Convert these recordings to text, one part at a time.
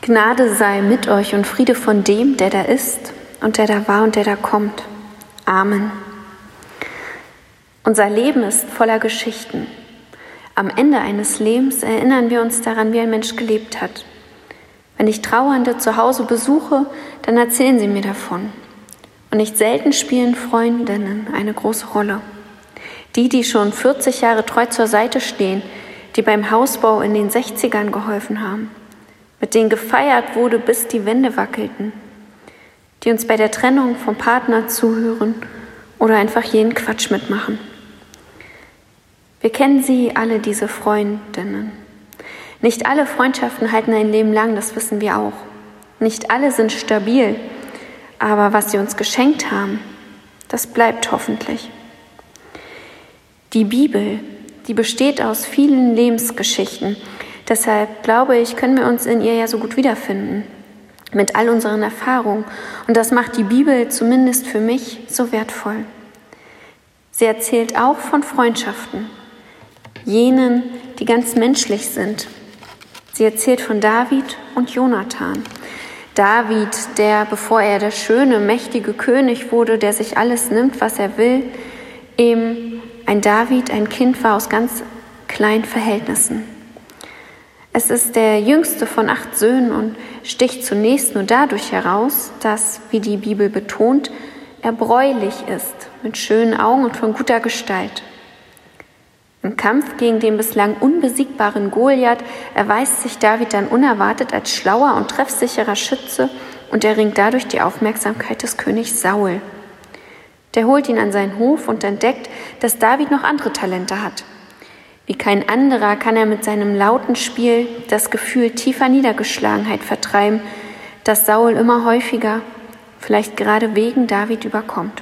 Gnade sei mit euch und Friede von dem, der da ist und der da war und der da kommt. Amen. Unser Leben ist voller Geschichten. Am Ende eines Lebens erinnern wir uns daran, wie ein Mensch gelebt hat. Wenn ich Trauernde zu Hause besuche, dann erzählen sie mir davon. Und nicht selten spielen Freundinnen eine große Rolle. Die schon 40 Jahre treu zur Seite stehen, die beim Hausbau in den 60ern geholfen haben, mit denen gefeiert wurde, bis die Wände wackelten, die uns bei der Trennung vom Partner zuhören oder einfach jeden Quatsch mitmachen. Wir kennen sie alle, diese Freundinnen. Nicht alle Freundschaften halten ein Leben lang, das wissen wir auch. Nicht alle sind stabil, aber was sie uns geschenkt haben, das bleibt hoffentlich. Die Bibel, die besteht aus vielen Lebensgeschichten. Deshalb glaube ich, können wir uns in ihr ja so gut wiederfinden, mit all unseren Erfahrungen. Und das macht die Bibel zumindest für mich so wertvoll. Sie erzählt auch von Freundschaften, jenen, die ganz menschlich sind. Sie erzählt von David und Jonathan. David, der, bevor er der schöne, mächtige König wurde, der sich alles nimmt, was er will, eben ein David, ein Kind war aus ganz kleinen Verhältnissen. Es ist der jüngste von 8 Söhnen und sticht zunächst nur dadurch heraus, dass, wie die Bibel betont, er bräulich ist, mit schönen Augen und von guter Gestalt. Im Kampf gegen den bislang unbesiegbaren Goliath erweist sich David dann unerwartet als schlauer und treffsicherer Schütze und erringt dadurch die Aufmerksamkeit des Königs Saul. Der holt ihn an seinen Hof und entdeckt, dass David noch andere Talente hat. Wie kein anderer kann er mit seinem lauten Spiel das Gefühl tiefer Niedergeschlagenheit vertreiben, das Saul immer häufiger, vielleicht gerade wegen David, überkommt.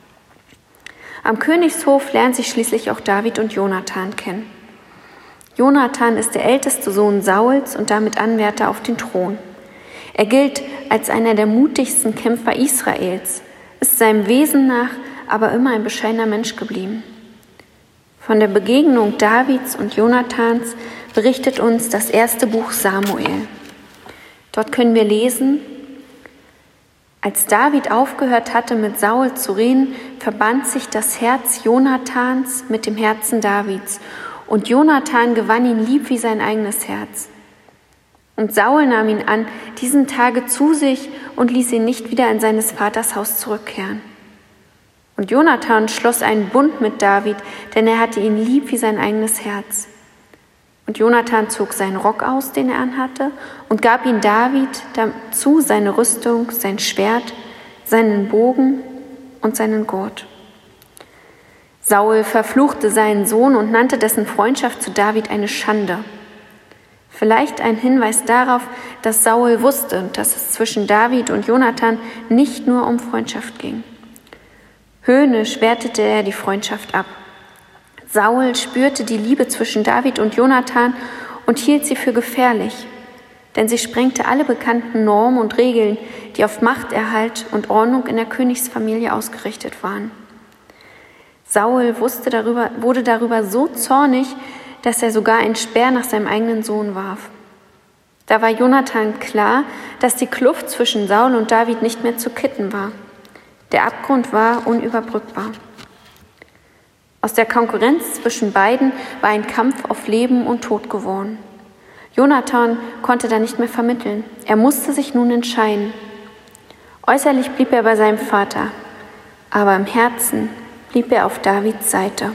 Am Königshof lernt sich schließlich auch David und Jonathan kennen. Jonathan ist der älteste Sohn Sauls und damit Anwärter auf den Thron. Er gilt als einer der mutigsten Kämpfer Israels, ist seinem Wesen nach aber immer ein bescheidener Mensch geblieben. Von der Begegnung Davids und Jonathans berichtet uns das 1. Buch Samuel. Dort können wir lesen: Als David aufgehört hatte, mit Saul zu reden, verband sich das Herz Jonathans mit dem Herzen Davids, und Jonathan gewann ihn lieb wie sein eigenes Herz. Und Saul nahm ihn an diesem Tage zu sich und ließ ihn nicht wieder in seines Vaters Haus zurückkehren. Und Jonathan schloss einen Bund mit David, denn er hatte ihn lieb wie sein eigenes Herz. Und Jonathan zog seinen Rock aus, den er anhatte, und gab ihn David dazu seine Rüstung, sein Schwert, seinen Bogen und seinen Gurt. Saul verfluchte seinen Sohn und nannte dessen Freundschaft zu David eine Schande. Vielleicht ein Hinweis darauf, dass Saul wusste, dass es zwischen David und Jonathan nicht nur um Freundschaft ging. Höhnisch wertete er die Freundschaft ab. Saul spürte die Liebe zwischen David und Jonathan und hielt sie für gefährlich, denn sie sprengte alle bekannten Normen und Regeln, die auf Machterhalt und Ordnung in der Königsfamilie ausgerichtet waren. Saul wurde darüber so zornig, dass er sogar einen Speer nach seinem eigenen Sohn warf. Da war Jonathan klar, dass die Kluft zwischen Saul und David nicht mehr zu kitten war. Der Abgrund war unüberbrückbar. Aus der Konkurrenz zwischen beiden war ein Kampf auf Leben und Tod geworden. Jonathan konnte da nicht mehr vermitteln. Er musste sich nun entscheiden. Äußerlich blieb er bei seinem Vater, aber im Herzen blieb er auf Davids Seite.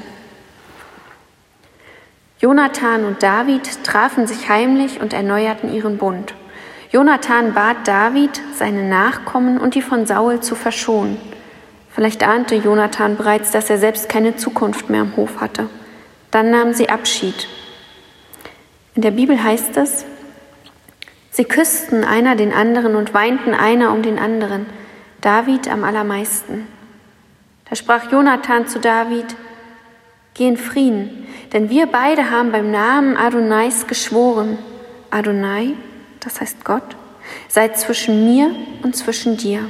Jonathan und David trafen sich heimlich und erneuerten ihren Bund. Jonathan bat David, seine Nachkommen und die von Saul zu verschonen. Vielleicht ahnte Jonathan bereits, dass er selbst keine Zukunft mehr am Hof hatte. Dann nahmen sie Abschied. In der Bibel heißt es: Sie küssten einer den anderen und weinten einer um den anderen, David am allermeisten. Da sprach Jonathan zu David: Geh in Frieden, denn wir beide haben beim Namen Adonais geschworen. Adonai, das heißt Gott, sei zwischen mir und zwischen dir.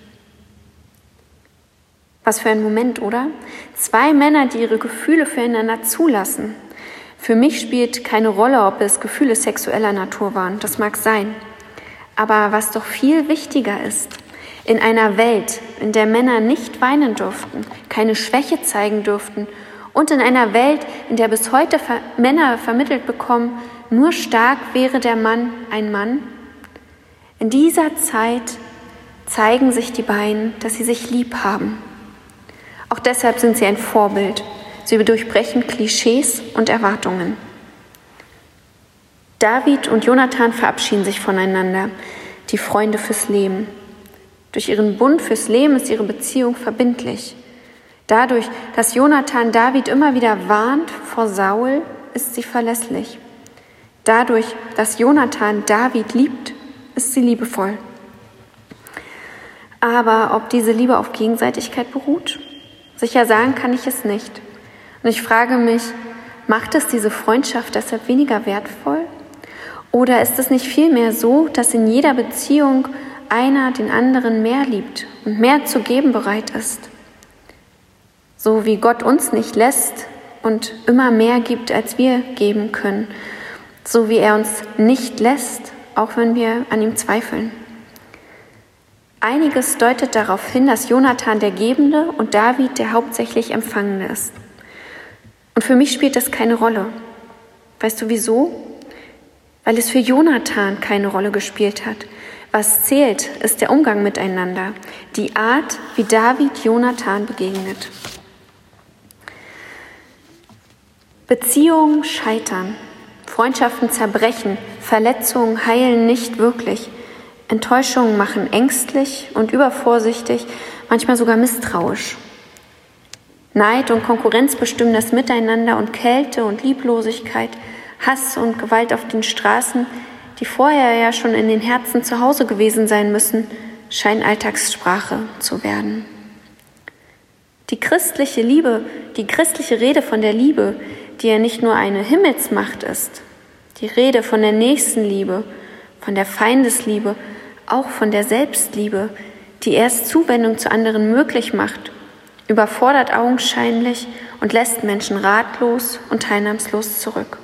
Was für ein Moment, oder? 2 Männer, die ihre Gefühle füreinander zulassen. Für mich spielt keine Rolle, ob es Gefühle sexueller Natur waren, das mag sein. Aber was doch viel wichtiger ist, in einer Welt, in der Männer nicht weinen durften, keine Schwäche zeigen durften und in einer Welt, in der bis heute Männer vermittelt bekommen, nur stark wäre der Mann ein Mann, in dieser Zeit zeigen sich die beiden, dass sie sich lieb haben. Auch deshalb sind sie ein Vorbild. Sie durchbrechen Klischees und Erwartungen. David und Jonathan verabschieden sich voneinander, die Freunde fürs Leben. Durch ihren Bund fürs Leben ist ihre Beziehung verbindlich. Dadurch, dass Jonathan David immer wieder warnt vor Saul, ist sie verlässlich. Dadurch, dass Jonathan David liebt, ist sie liebevoll. Aber ob diese Liebe auf Gegenseitigkeit beruht? Sicher sagen kann ich es nicht. Und ich frage mich, macht es diese Freundschaft deshalb weniger wertvoll? Oder ist es nicht vielmehr so, dass in jeder Beziehung einer den anderen mehr liebt und mehr zu geben bereit ist? So wie Gott uns nicht lässt und immer mehr gibt, als wir geben können. So wie er uns nicht lässt, auch wenn wir an ihm zweifeln. Einiges deutet darauf hin, dass Jonathan der Gebende und David der hauptsächlich Empfangende ist. Und für mich spielt das keine Rolle. Weißt du wieso? Weil es für Jonathan keine Rolle gespielt hat. Was zählt, ist der Umgang miteinander, die Art, wie David Jonathan begegnet. Beziehungen scheitern, Freundschaften zerbrechen, Verletzungen heilen nicht wirklich. Enttäuschungen machen ängstlich und übervorsichtig, manchmal sogar misstrauisch. Neid und Konkurrenz bestimmen das Miteinander und Kälte und Lieblosigkeit, Hass und Gewalt auf den Straßen, die vorher ja schon in den Herzen zu Hause gewesen sein müssen, scheinen Alltagssprache zu werden. Die christliche Liebe, die christliche Rede von der Liebe, die ja nicht nur eine Himmelsmacht ist, die Rede von der Nächstenliebe, von der Feindesliebe, auch von der Selbstliebe, die erst Zuwendung zu anderen möglich macht, überfordert augenscheinlich und lässt Menschen ratlos und teilnahmslos zurück.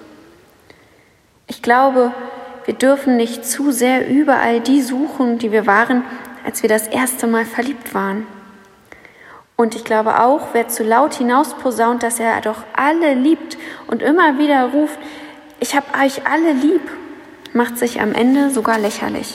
Ich glaube, wir dürfen nicht zu sehr überall die suchen, die wir waren, als wir das erste Mal verliebt waren. Und ich glaube auch, wer zu laut hinausposaunt, dass er doch alle liebt und immer wieder ruft, ich habe euch alle lieb, macht sich am Ende sogar lächerlich.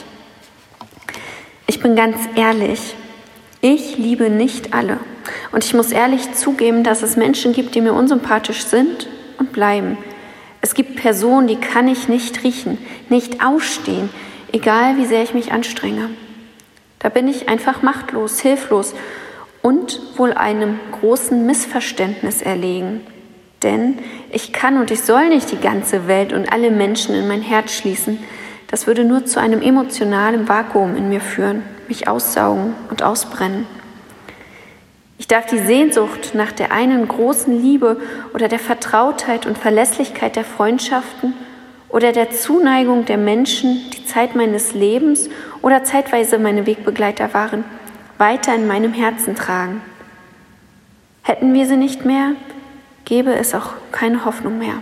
Ich bin ganz ehrlich, ich liebe nicht alle. Und ich muss ehrlich zugeben, dass es Menschen gibt, die mir unsympathisch sind und bleiben. Es gibt Personen, die kann ich nicht riechen, nicht ausstehen, egal wie sehr ich mich anstrenge. Da bin ich einfach machtlos, hilflos und wohl einem großen Missverständnis erlegen. Denn ich kann und ich soll nicht die ganze Welt und alle Menschen in mein Herz schließen. Das würde nur zu einem emotionalen Vakuum in mir führen, mich aussaugen und ausbrennen. Ich darf die Sehnsucht nach der einen großen Liebe oder der Vertrautheit und Verlässlichkeit der Freundschaften oder der Zuneigung der Menschen, die Zeit meines Lebens oder zeitweise meine Wegbegleiter waren, weiter in meinem Herzen tragen. Hätten wir sie nicht mehr, gäbe es auch keine Hoffnung mehr.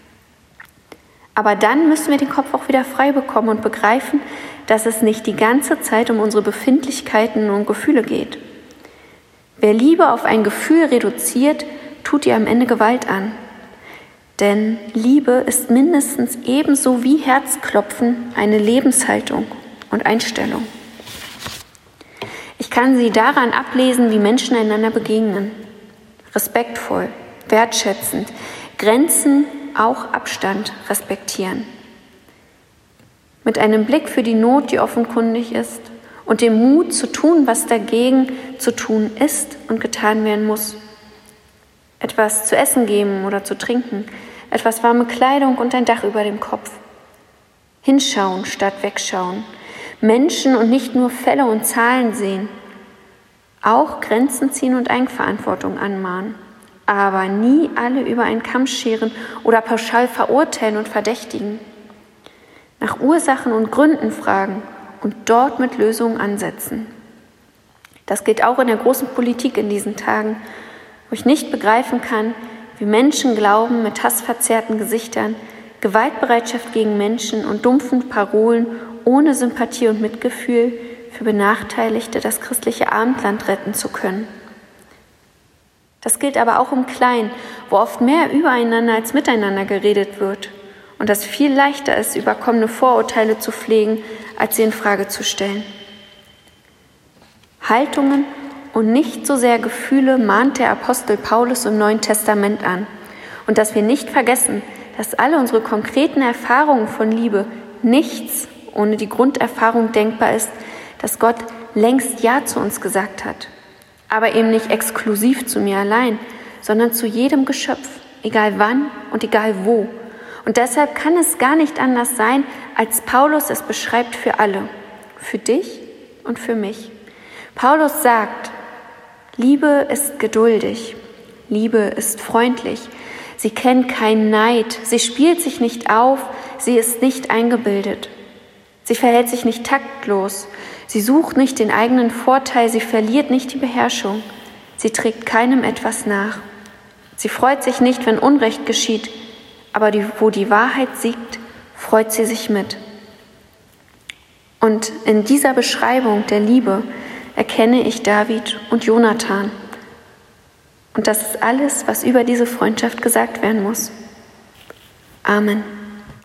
Aber dann müssen wir den Kopf auch wieder frei bekommen und begreifen, dass es nicht die ganze Zeit um unsere Befindlichkeiten und Gefühle geht. Wer Liebe auf ein Gefühl reduziert, tut ihr am Ende Gewalt an. Denn Liebe ist mindestens ebenso wie Herzklopfen eine Lebenshaltung und Einstellung. Ich kann sie daran ablesen, wie Menschen einander begegnen. Respektvoll, wertschätzend, Grenzen, auch Abstand respektieren. Mit einem Blick für die Not, die offenkundig ist, und dem Mut zu tun, was dagegen zu tun ist und getan werden muss. Etwas zu essen geben oder zu trinken, etwas warme Kleidung und ein Dach über dem Kopf. Hinschauen statt wegschauen, Menschen und nicht nur Fälle und Zahlen sehen. Auch Grenzen ziehen und Eigenverantwortung anmahnen, aber nie alle über einen Kamm scheren oder pauschal verurteilen und verdächtigen. Nach Ursachen und Gründen fragen und dort mit Lösungen ansetzen. Das gilt auch in der großen Politik in diesen Tagen, wo ich nicht begreifen kann, wie Menschen glauben, mit hassverzerrten Gesichtern, Gewaltbereitschaft gegen Menschen und dumpfen Parolen ohne Sympathie und Mitgefühl für Benachteiligte das christliche Abendland retten zu können. Das gilt aber auch im Kleinen, wo oft mehr übereinander als miteinander geredet wird und es viel leichter ist, überkommene Vorurteile zu pflegen, als sie in Frage zu stellen. Haltungen und nicht so sehr Gefühle mahnt der Apostel Paulus im Neuen Testament an. Und dass wir nicht vergessen, dass alle unsere konkreten Erfahrungen von Liebe nichts ohne die Grunderfahrung denkbar ist, dass Gott längst Ja zu uns gesagt hat. Aber eben nicht exklusiv zu mir allein, sondern zu jedem Geschöpf, egal wann und egal wo. Und deshalb kann es gar nicht anders sein, als Paulus es beschreibt für alle, für dich und für mich. Paulus sagt, Liebe ist geduldig, Liebe ist freundlich, sie kennt keinen Neid, sie spielt sich nicht auf, sie ist nicht eingebildet. Sie verhält sich nicht taktlos, sie sucht nicht den eigenen Vorteil, sie verliert nicht die Beherrschung, sie trägt keinem etwas nach. Sie freut sich nicht, wenn Unrecht geschieht, aber wo die Wahrheit siegt, freut sie sich mit. Und in dieser Beschreibung der Liebe erkenne ich David und Jonathan. Und das ist alles, was über diese Freundschaft gesagt werden muss. Amen.